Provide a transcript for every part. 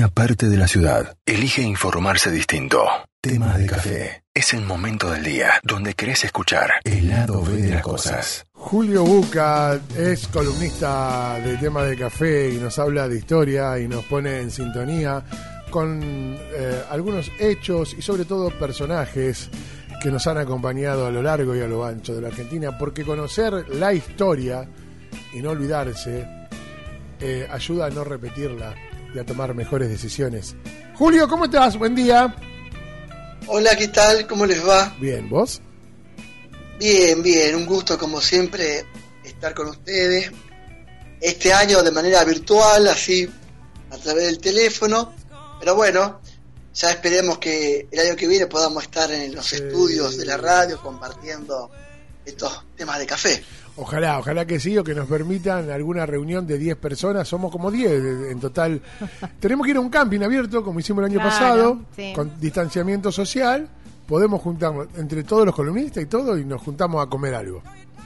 una parte de la ciudad elige informarse distinto. Temas de café. Es el momento del día donde querés escuchar el lado B de las cosas. Julio Buca es columnista de Temas de Café y nos habla de historia y nos pone en sintonía con algunos hechos y sobre todo personajes que nos han acompañado a lo largo y a lo ancho de la Argentina, porque conocer la historia y no olvidarse ayuda a no repetirla y a tomar mejores decisiones. Julio, ¿cómo estás? Buen día. Hola, ¿qué tal? ¿Cómo les va? Bien, ¿vos? Bien, bien, un gusto como siempre estar con ustedes. Este año de manera virtual, así a través del teléfono, pero bueno, ya esperemos que el año que viene podamos estar en los estudios de la radio compartiendo estos temas de café. Ojalá que sí, o que nos permitan alguna reunión de 10 personas. Somos como 10 en total. Tenemos que ir a un camping abierto, como hicimos el año pasado, sí, con distanciamiento social. Podemos juntarnos entre todos los columnistas y todo, y nos juntamos a comer algo.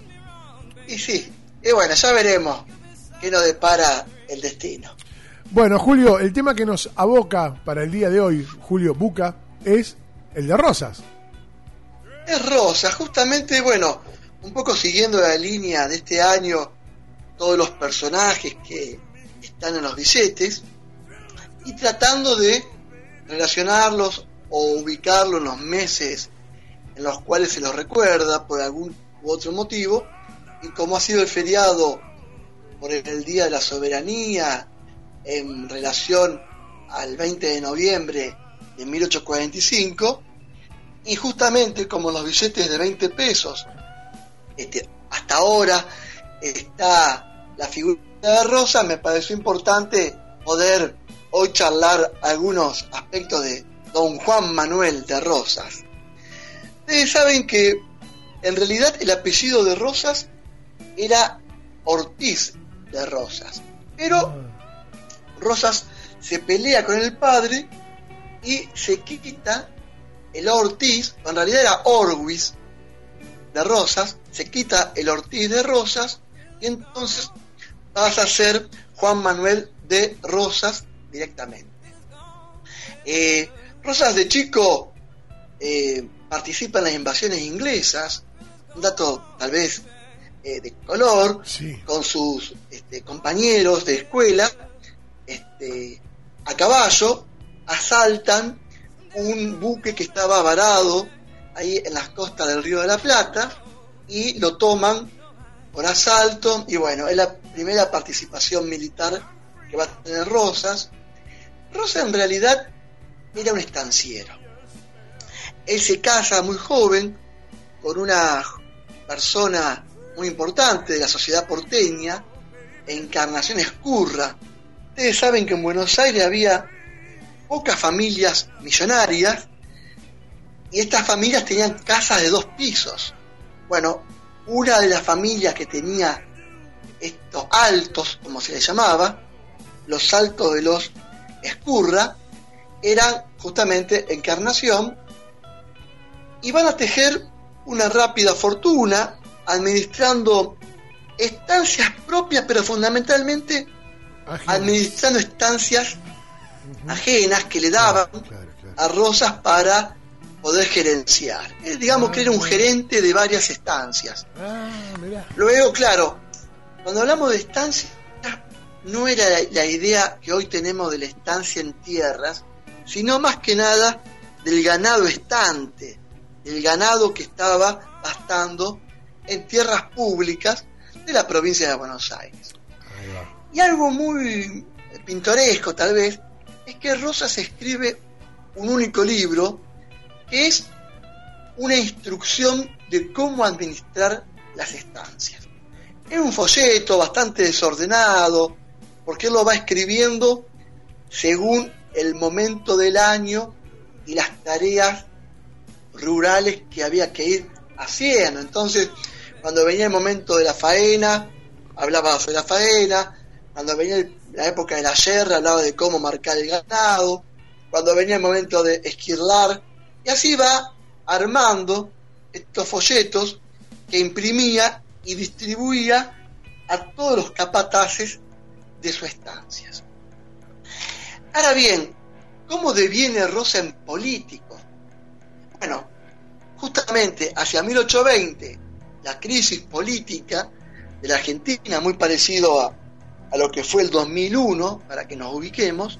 Y sí, y bueno, ya veremos qué nos depara el destino. Bueno, Julio, el tema que nos aboca para el día de hoy, Julio Buca, es el de Rosas. Es Rosas, justamente, bueno, un poco siguiendo la línea de este año, todos los personajes que están en los billetes, y tratando de relacionarlos o ubicarlos en los meses en los cuales se los recuerda por algún u otro motivo, y como ha sido el feriado por el Día de la Soberanía en relación al 20 de noviembre de 1845, y justamente como los billetes de 20 pesos hasta ahora está la figura de Rosa, me pareció importante poder hoy charlar algunos aspectos de don Juan Manuel de Rosas. Ustedes saben que en realidad el apellido de Rosas era Ortiz de Rosas, pero Rosas se pelea con el padre y se quita el Ortiz, en realidad era Orwis de Rosas, se quita el Ortiz de Rosas y entonces pasa a ser Juan Manuel de Rosas directamente. Rosas de chico participa en las invasiones inglesas, un dato tal vez de color, sí, con sus compañeros de escuela, a caballo, asaltan un buque que estaba varado ahí en las costas del Río de la Plata y lo toman por asalto, y bueno, es la primera participación militar que va a tener Rosas. Rosas en realidad era un estanciero. Él se casa muy joven con una persona muy importante de la sociedad porteña, Encarnación Ezcurra. Ustedes saben que en Buenos Aires había pocas familias millonarias y estas familias tenían casas de 2 pisos. Bueno, una de las familias que tenía estos altos, como se les llamaba, los altos de los Ezcurra, eran justamente Encarnación, y van a tejer una rápida fortuna administrando estancias propias, pero fundamentalmente administrando estancias ajenas que le daban a Rosas para poder gerenciar. Digamos que era un gerente de varias estancias. Luego, claro, cuando hablamos de estancias, no era la idea que hoy tenemos de la estancia en tierras, sino más que nada del ganado estante, del ganado que estaba pastando en tierras públicas de la provincia de Buenos Aires. Y algo muy pintoresco tal vez es que Rosas escribe un único libro que es una instrucción de cómo administrar las estancias. Es un folleto bastante desordenado, porque él lo va escribiendo según el momento del año y las tareas rurales que había que ir haciendo. Entonces, cuando venía el momento de la faena, hablaba sobre la faena. Cuando venía la época de la yerra, hablaba de cómo marcar el ganado. Cuando venía el momento de esquirlar, y así va armando estos folletos que imprimía y distribuía a todos los capataces de sus estancias. Ahora bien, ¿cómo deviene Rosa en político? Bueno, justamente hacia 1820, la crisis política de la Argentina, muy parecido a lo que fue el 2001, para que nos ubiquemos,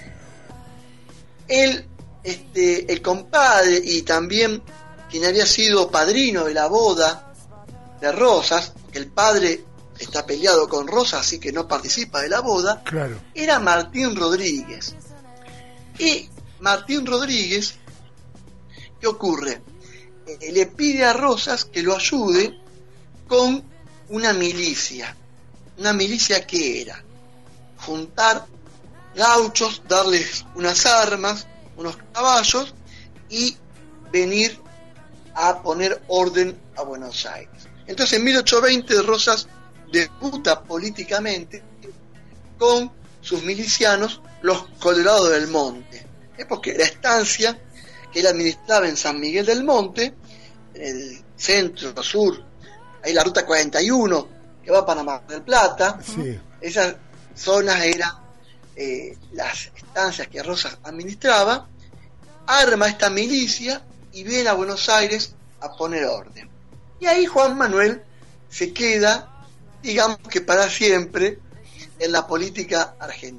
el compadre y también quien había sido padrino de la boda de Rosas, que el padre está peleado con Rosas, así que no participa de la boda, claro, era Martín Rodríguez. Y Martín Rodríguez, ¿qué ocurre? Le pide a Rosas que lo ayude con una milicia. ¿Una milicia qué era? Juntar gauchos, darles unas armas, unos caballos y venir a poner orden a Buenos Aires. Entonces en 1820 Rosas debuta políticamente con sus milicianos, los Colorados del Monte. Es porque la estancia que él administraba en San Miguel del Monte, en el centro, sur, ahí la ruta 41 que va para Mar del Plata, sí. Esas zonas eran las estancias que Rosas administraba, arma esta milicia y viene a Buenos Aires a poner orden. Y ahí Juan Manuel se queda, digamos que para siempre, en la política argentina.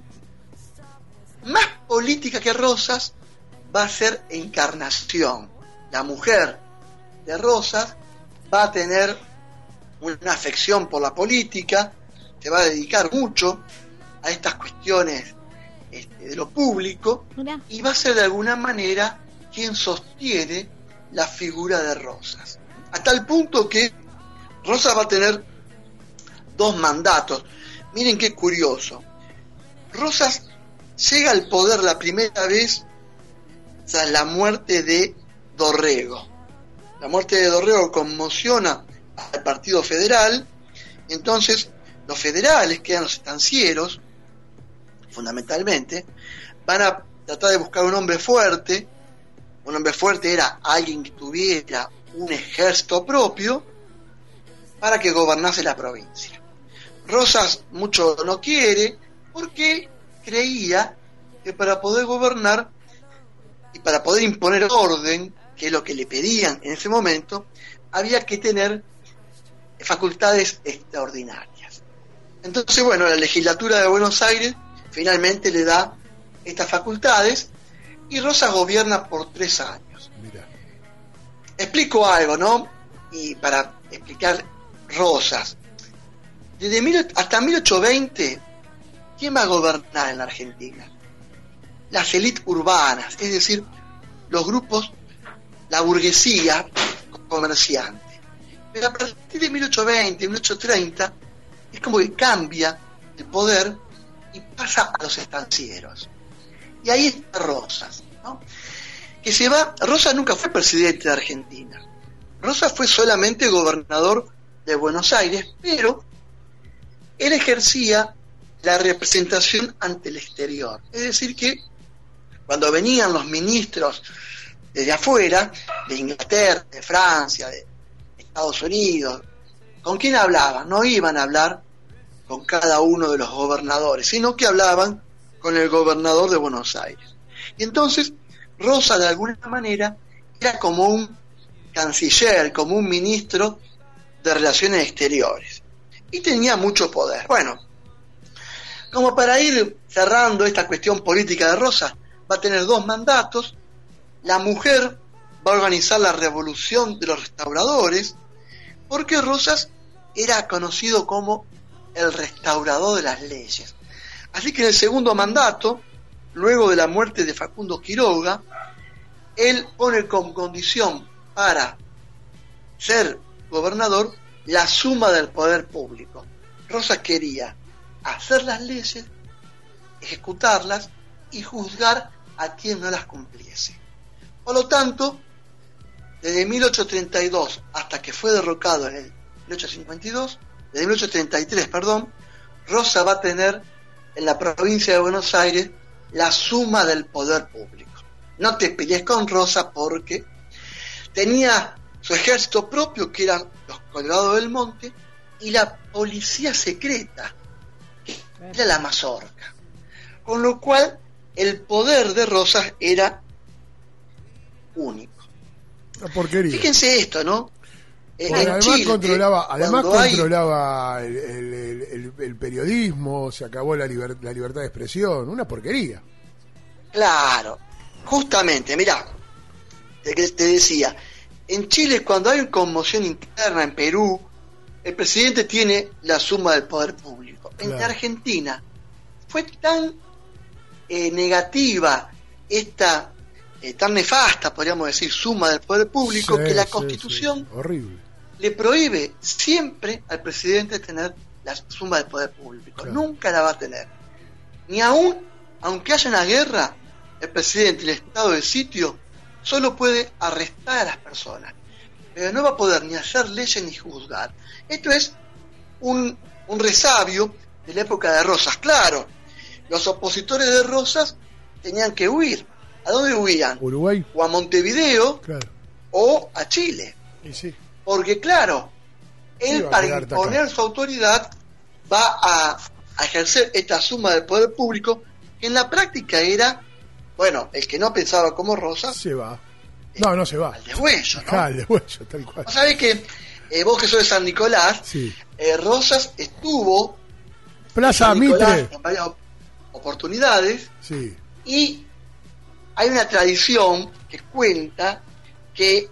Más política que Rosas va a ser Encarnación. La mujer de Rosas va a tener una afección por la política, se va a dedicar mucho a estas cuestiones de lo público. Mirá. Y va a ser de alguna manera quien sostiene la figura de Rosas. A tal punto que Rosas va a tener 2 mandatos. Miren qué curioso. Rosas llega al poder la primera vez tras la muerte de Dorrego. La muerte de Dorrego conmociona al Partido Federal, y entonces los federales, que eran los estancieros, fundamentalmente, van a tratar de buscar un hombre fuerte. Un hombre fuerte era alguien que tuviera un ejército propio para que gobernase la provincia. Rosas mucho no quiere porque creía que para poder gobernar y para poder imponer orden, que es lo que le pedían en ese momento, había que tener facultades extraordinarias. Entonces, bueno, la legislatura de Buenos Aires finalmente le da estas facultades y Rosas gobierna por 3 años. Mira. Explico algo, ¿no? Y para explicar Rosas, hasta 1820, ¿quién va a gobernar en la Argentina? Las élites urbanas, es decir, los grupos, la burguesía comerciante. Pero a partir de 1820, 1830, es como que cambia el poder y pasa a los estancieros. Y ahí está Rosas, ¿no? Que se va. Rosas nunca fue presidente de Argentina. Rosas fue solamente gobernador de Buenos Aires, pero él ejercía la representación ante el exterior. Es decir que cuando venían los ministros desde afuera, de Inglaterra, de Francia, de Estados Unidos, ¿con quién hablaban? No iban a hablar con cada uno de los gobernadores, sino que hablaban con el gobernador de Buenos Aires. Y entonces Rosas de alguna manera era como un canciller, como un ministro de Relaciones Exteriores. Y tenía mucho poder. Bueno, como para ir cerrando esta cuestión política de Rosas, va a tener 2 mandatos. La mujer va a organizar la revolución de los restauradores, porque Rosas era conocido como el restaurador de las leyes. Así que en el segundo mandato, luego de la muerte de Facundo Quiroga, él pone como condición para ser gobernador la suma del poder público. Rosas quería hacer las leyes, ejecutarlas y juzgar a quien no las cumpliese. Por lo tanto, desde 1832 hasta que fue derrocado en el 1852, desde 1833, Rosas va a tener en la provincia de Buenos Aires la suma del poder público. No te pelees con Rosas porque tenía su ejército propio, que eran los Colorados del Monte, y la policía secreta, que era la Mazorca. Con lo cual el poder de Rosas era único. Una porquería. Fíjense esto, ¿no? Además Chile, controlaba el periodismo, se acabó la libertad de expresión, una porquería. Claro, justamente, mirá, te decía, en Chile cuando hay una conmoción interna, en Perú, el presidente tiene la suma del poder público. Claro. En Argentina fue tan negativa esta, tan nefasta, podríamos decir, suma del poder público, que la Constitución horrible. Le prohíbe siempre al presidente tener la suma del poder público. Claro. Nunca la va a tener. Ni aún, aunque haya una guerra, el presidente, el estado de sitio, solo puede arrestar a las personas, pero no va a poder ni hacer leyes ni juzgar. Esto es un resabio de la época de Rosas. Claro, los opositores de Rosas tenían que huir. ¿A dónde huían? Uruguay. O a Montevideo, claro, o a Chile. Y sí. Porque claro, él para imponer su autoridad va a ejercer esta suma del poder público, que en la práctica era, bueno, el que no pensaba como Rosas se va. No se va. Al deshuello, ¿no? Al deshuello, tal cual. ¿Sabés que vos que sos de San Nicolás, sí, Rosas estuvo Plaza en Mitre en varias oportunidades, sí, y hay una tradición que cuenta que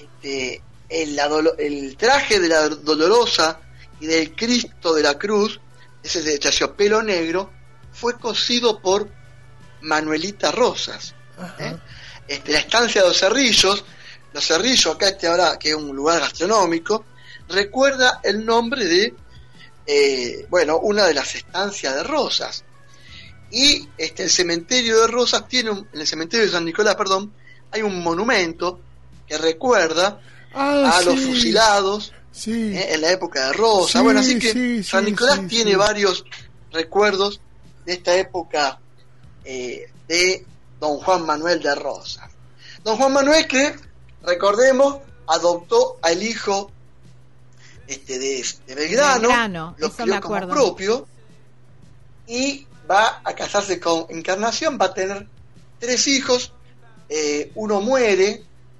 el traje de la Dolorosa y del Cristo de la Cruz, ese de terciopelo negro, fue cosido por Manuelita Rosas. La estancia de los Cerrillos acá ahora, que es un lugar gastronómico, recuerda el nombre de una de las estancias de Rosas. Y el cementerio de Rosas en el cementerio de San Nicolás, hay un monumento que recuerda a los fusilados en la época de Rosas. Así que San Nicolás tiene varios recuerdos de esta época de don Juan Manuel de Rosas. Don Juan Manuel que, recordemos, adoptó al hijo de Belgrano, lo crió como propio, y va a casarse con Encarnación, va a tener 3 hijos, uno muere,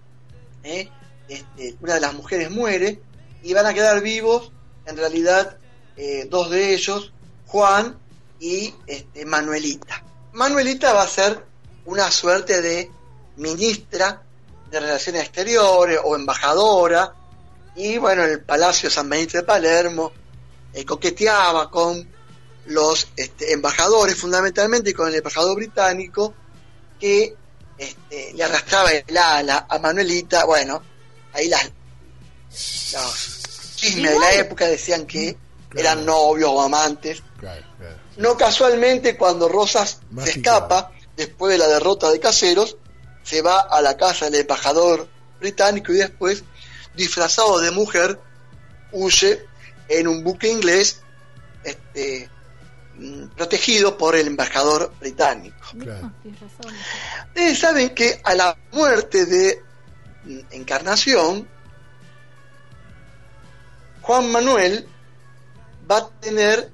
una de las mujeres muere, y van a quedar vivos, en realidad, 2 de ellos, Juan y Manuelita. Manuelita va a ser una suerte de ministra de Relaciones Exteriores o embajadora, y en el Palacio San Benito de Palermo coqueteaba con los embajadores, fundamentalmente con el embajador británico, que le arrastraba el ala a Manuelita. Ahí los chismes de la época decían que eran novios o amantes. Claro. No casualmente, cuando Rosas se escapa después de la derrota de Caseros, se va a la casa del embajador británico y después, disfrazado de mujer, huye en un buque inglés protegido por el embajador británico. Claro. Ustedes saben que a la muerte de Encarnación, Juan Manuel va a tener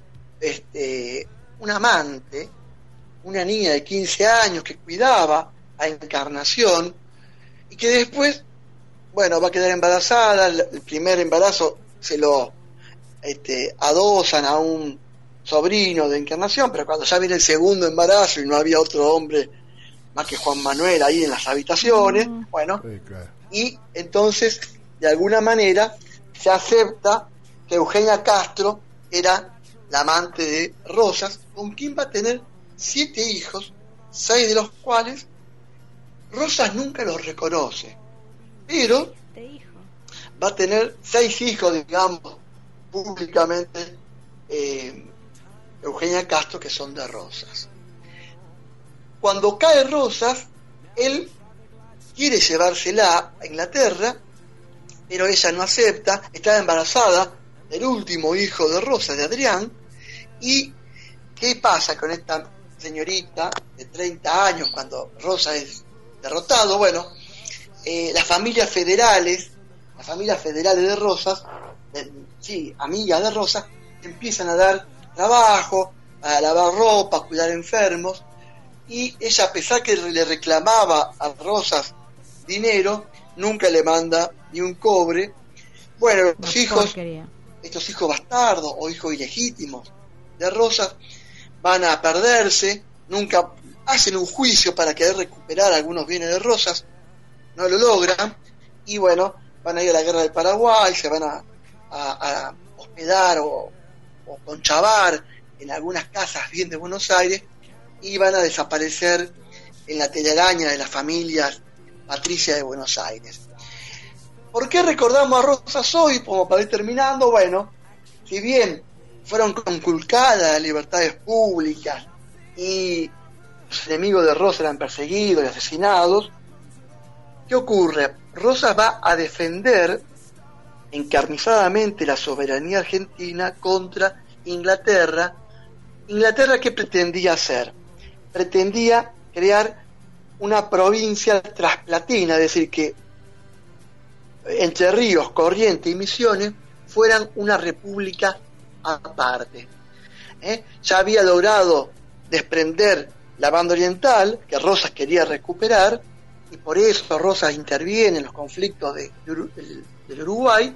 un amante, una niña de 15 años que cuidaba a Encarnación, y que después va a quedar embarazada. El primer embarazo se lo adosan a un sobrino de Encarnación, pero cuando ya viene el segundo embarazo y no había otro hombre más que Juan Manuel ahí en las habitaciones, sí, claro. Y entonces de alguna manera se acepta que Eugenia Castro era la amante de Rosas, con quien va a tener 7 hijos, 6 de los cuales Rosas nunca los reconoce, pero va a tener 6 hijos, digamos, públicamente, Eugenia Castro, que son de Rosas. Cuando cae Rosas, él quiere llevársela a Inglaterra, pero ella no acepta. Está embarazada del último hijo de Rosas, de Adrián. ¿Y qué pasa con esta señorita de 30 años cuando Rosas es derrotado? Las familias federales de Rosas, amigas de Rosas, empiezan a dar trabajo, a lavar ropa, a cuidar enfermos, y ella, a pesar que le reclamaba a Rosas dinero, nunca le manda ni un cobre. Bueno, los hijos, estos hijos bastardos o hijos ilegítimos de Rosas van a perderse, nunca hacen un juicio para querer recuperar algunos bienes de Rosas, no lo logran, y bueno, van a ir a la guerra del Paraguay, se van a hospedar o conchavar en algunas casas bien de Buenos Aires, y van a desaparecer en la telaraña de las familias patricias de Buenos Aires. ¿Por qué recordamos a Rosas hoy? Como para ir terminando, bueno, si bien fueron conculcadas las libertades públicas y los enemigos de Rosas eran perseguidos y asesinados, ¿qué ocurre? Rosas va a defender encarnizadamente la soberanía argentina contra Inglaterra. ¿Inglaterra qué pretendía hacer? Pretendía crear una provincia transplatina, es decir, que Entre Ríos, Corrientes y Misiones fueran una república aparte. Ya había logrado desprender la banda oriental, que Rosas quería recuperar, y por eso Rosas interviene en los conflictos del Uruguay,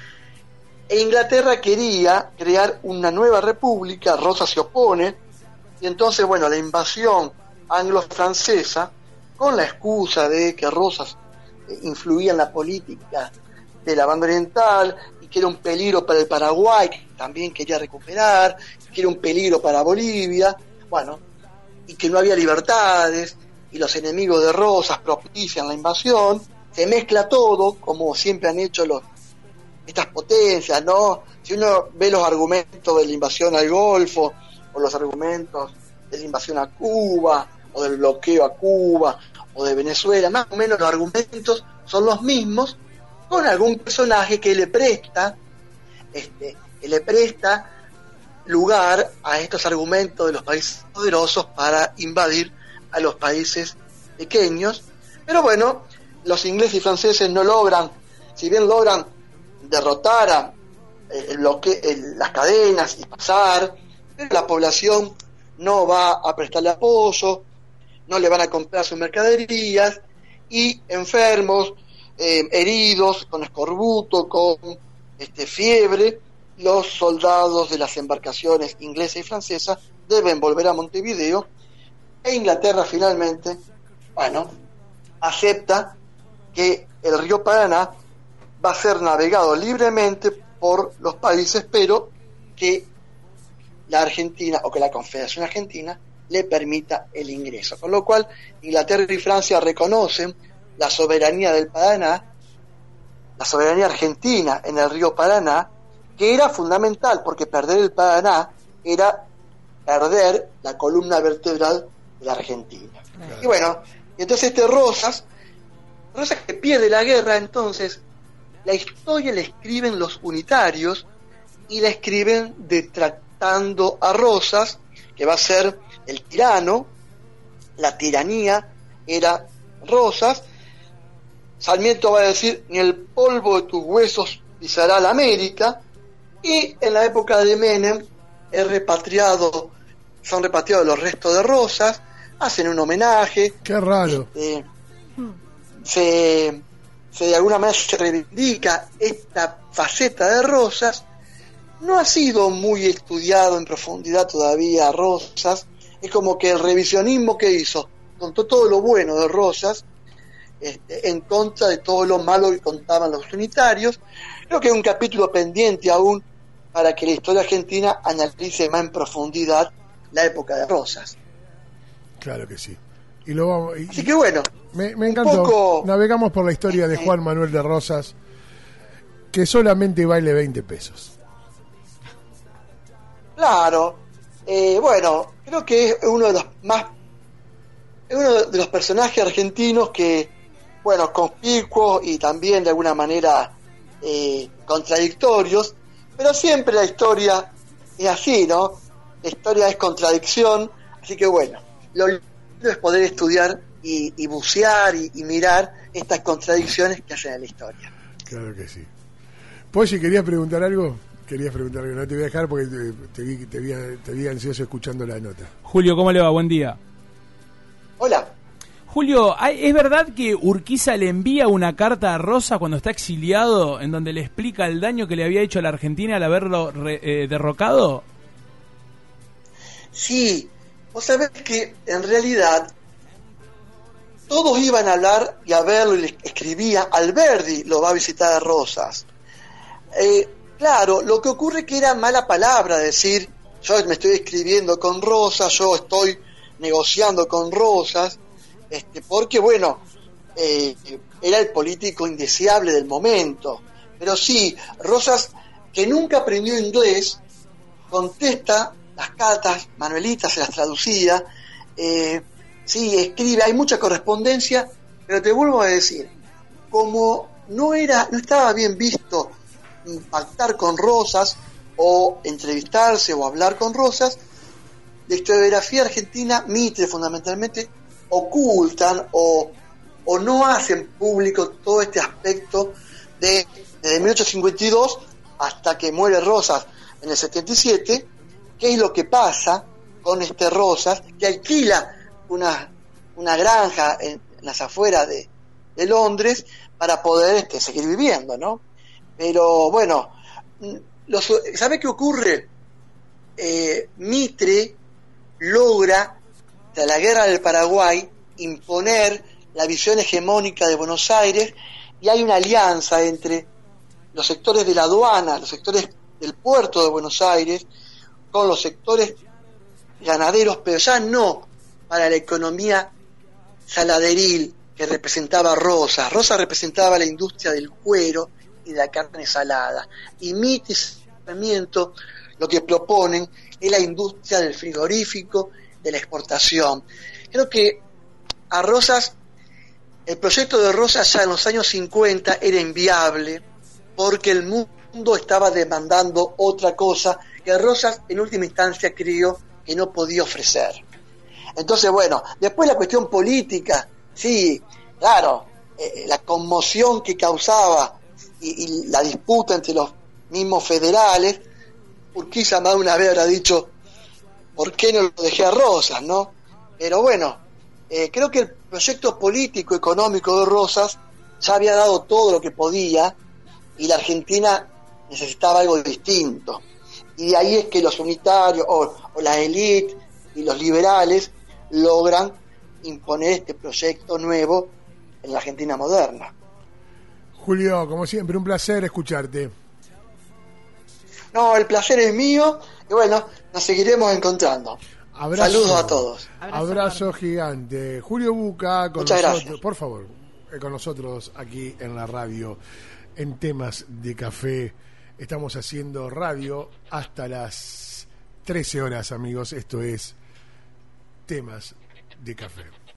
e Inglaterra quería crear una nueva república. Rosas se opone, y entonces, bueno, la invasión anglo-francesa, con la excusa de que Rosas influía en la política de la banda oriental y que era un peligro para el Paraguay, que también quería recuperar, que era un peligro para Bolivia, bueno, y que no había libertades, y los enemigos de Rosas propician la invasión, se mezcla todo, como siempre han hecho estas potencias, ¿no? Si uno ve los argumentos de la invasión al Golfo, o los argumentos de la invasión a Cuba, o del bloqueo a Cuba, o de Venezuela, más o menos los argumentos son los mismos, con algún personaje que le presta lugar a estos argumentos de los países poderosos para invadir a los países pequeños. Pero bueno, los ingleses y franceses no logran, si bien logran derrotar a las cadenas y pasar, pero la población no va a prestarle apoyo, no le van a comprar sus mercaderías, y enfermos, heridos, con escorbuto, con fiebre, los soldados de las embarcaciones inglesas y francesas deben volver a Montevideo, e Inglaterra finalmente, bueno, acepta que el río Paraná va a ser navegado libremente por los países, pero que la Argentina, o que la Confederación Argentina, le permita el ingreso. Con lo cual, Inglaterra y Francia reconocen la soberanía del Paraná, la soberanía argentina en el río Paraná, que era fundamental, porque perder el Paraná era perder la columna vertebral de la Argentina. Claro. Y bueno, entonces Rosas que pierde la guerra, entonces la historia la escriben los unitarios, y la escriben detractando a Rosas, que va a ser el tirano, la tiranía era Rosas. Sarmiento va a decir: ni el polvo de tus huesos pisará la América. Y en la época de Menem son repatriados los restos de Rosas, hacen un homenaje. Qué raro. De alguna manera se reivindica esta faceta de Rosas. No ha sido muy estudiado en profundidad todavía Rosas. Es como que el revisionismo que hizo contó todo lo bueno de Rosas, en contra de todo lo malo que contaban los unitarios. Creo que hay un capítulo pendiente aún para que la historia argentina analice más en profundidad la época de Rosas. Claro que sí. Así que bueno, me encantó. Navegamos por la historia de Juan Manuel de Rosas, que solamente vale 20 pesos. Claro. Bueno, creo que es uno de los personajes argentinos que, bueno, conspicuos y también de alguna manera contradictorios, pero siempre la historia es así, ¿no? La historia es contradicción, así que bueno, lo lindo es poder estudiar y bucear y mirar estas contradicciones que hacen en la historia. Claro que sí. Polly, ¿querías preguntar algo? No te voy a dejar porque te vi ansioso escuchando la nota. Julio, ¿cómo le va? Buen día. Hola. Julio, ¿es verdad que Urquiza le envía una carta a Rosas cuando está exiliado en donde le explica el daño que le había hecho a la Argentina al haberlo derrocado? Sí, vos sabés que en realidad todos iban a hablar y a verlo y le escribía, Alberdi lo va a visitar a Rosas. Claro, lo que ocurre es que era mala palabra decir, yo me estoy escribiendo con Rosas, yo estoy negociando con Rosas, porque bueno, era el político indeseable del momento. Pero sí, Rosas, que nunca aprendió inglés, contesta las cartas, Manuelita se las traducía, sí, escribe, hay mucha correspondencia, pero te vuelvo a decir, como no estaba bien visto pactar con Rosas o entrevistarse o hablar con Rosas, la historiografía argentina, Mitre fundamentalmente, ocultan o no hacen público todo este aspecto desde 1852 hasta que muere Rosas en el 77, qué es lo que pasa con Rosas, que alquila una granja en las afueras de Londres para poder seguir viviendo, ¿no? Pero bueno, ¿sabe qué ocurre? Mitre logra, tras la guerra del Paraguay, imponer la visión hegemónica de Buenos Aires, y hay una alianza entre los sectores de la aduana, los sectores del puerto de Buenos Aires, con los sectores ganaderos, pero ya no para la economía saladeril que representaba Rosas. Rosas representaba la industria del cuero y de la carne salada. Y Mitre y lo que proponen es la industria del frigorífico, de la exportación. Creo que a Rosas, el proyecto de Rosas ya en los años 50 era inviable porque el mundo estaba demandando otra cosa que Rosas en última instancia creyó que no podía ofrecer. Entonces, bueno, después la cuestión política, sí, claro, la conmoción que causaba y la disputa entre los mismos federales, Urquiza más de una vez habrá dicho, ¿por qué no lo dejé a Rosas, no? Pero bueno, creo que el proyecto político económico de Rosas ya había dado todo lo que podía y la Argentina necesitaba algo distinto. Y de ahí es que los unitarios o la élite y los liberales logran imponer este proyecto nuevo en la Argentina moderna. Julio, como siempre, un placer escucharte. No, el placer es mío y bueno, nos seguiremos encontrando. Saludos a todos. Abrazo gigante. Julio Buca con Muchas nosotros, gracias. por favor, con nosotros aquí en la radio, en Temas de Café. Estamos haciendo radio hasta las 13 horas, amigos. Esto es Temas de Café.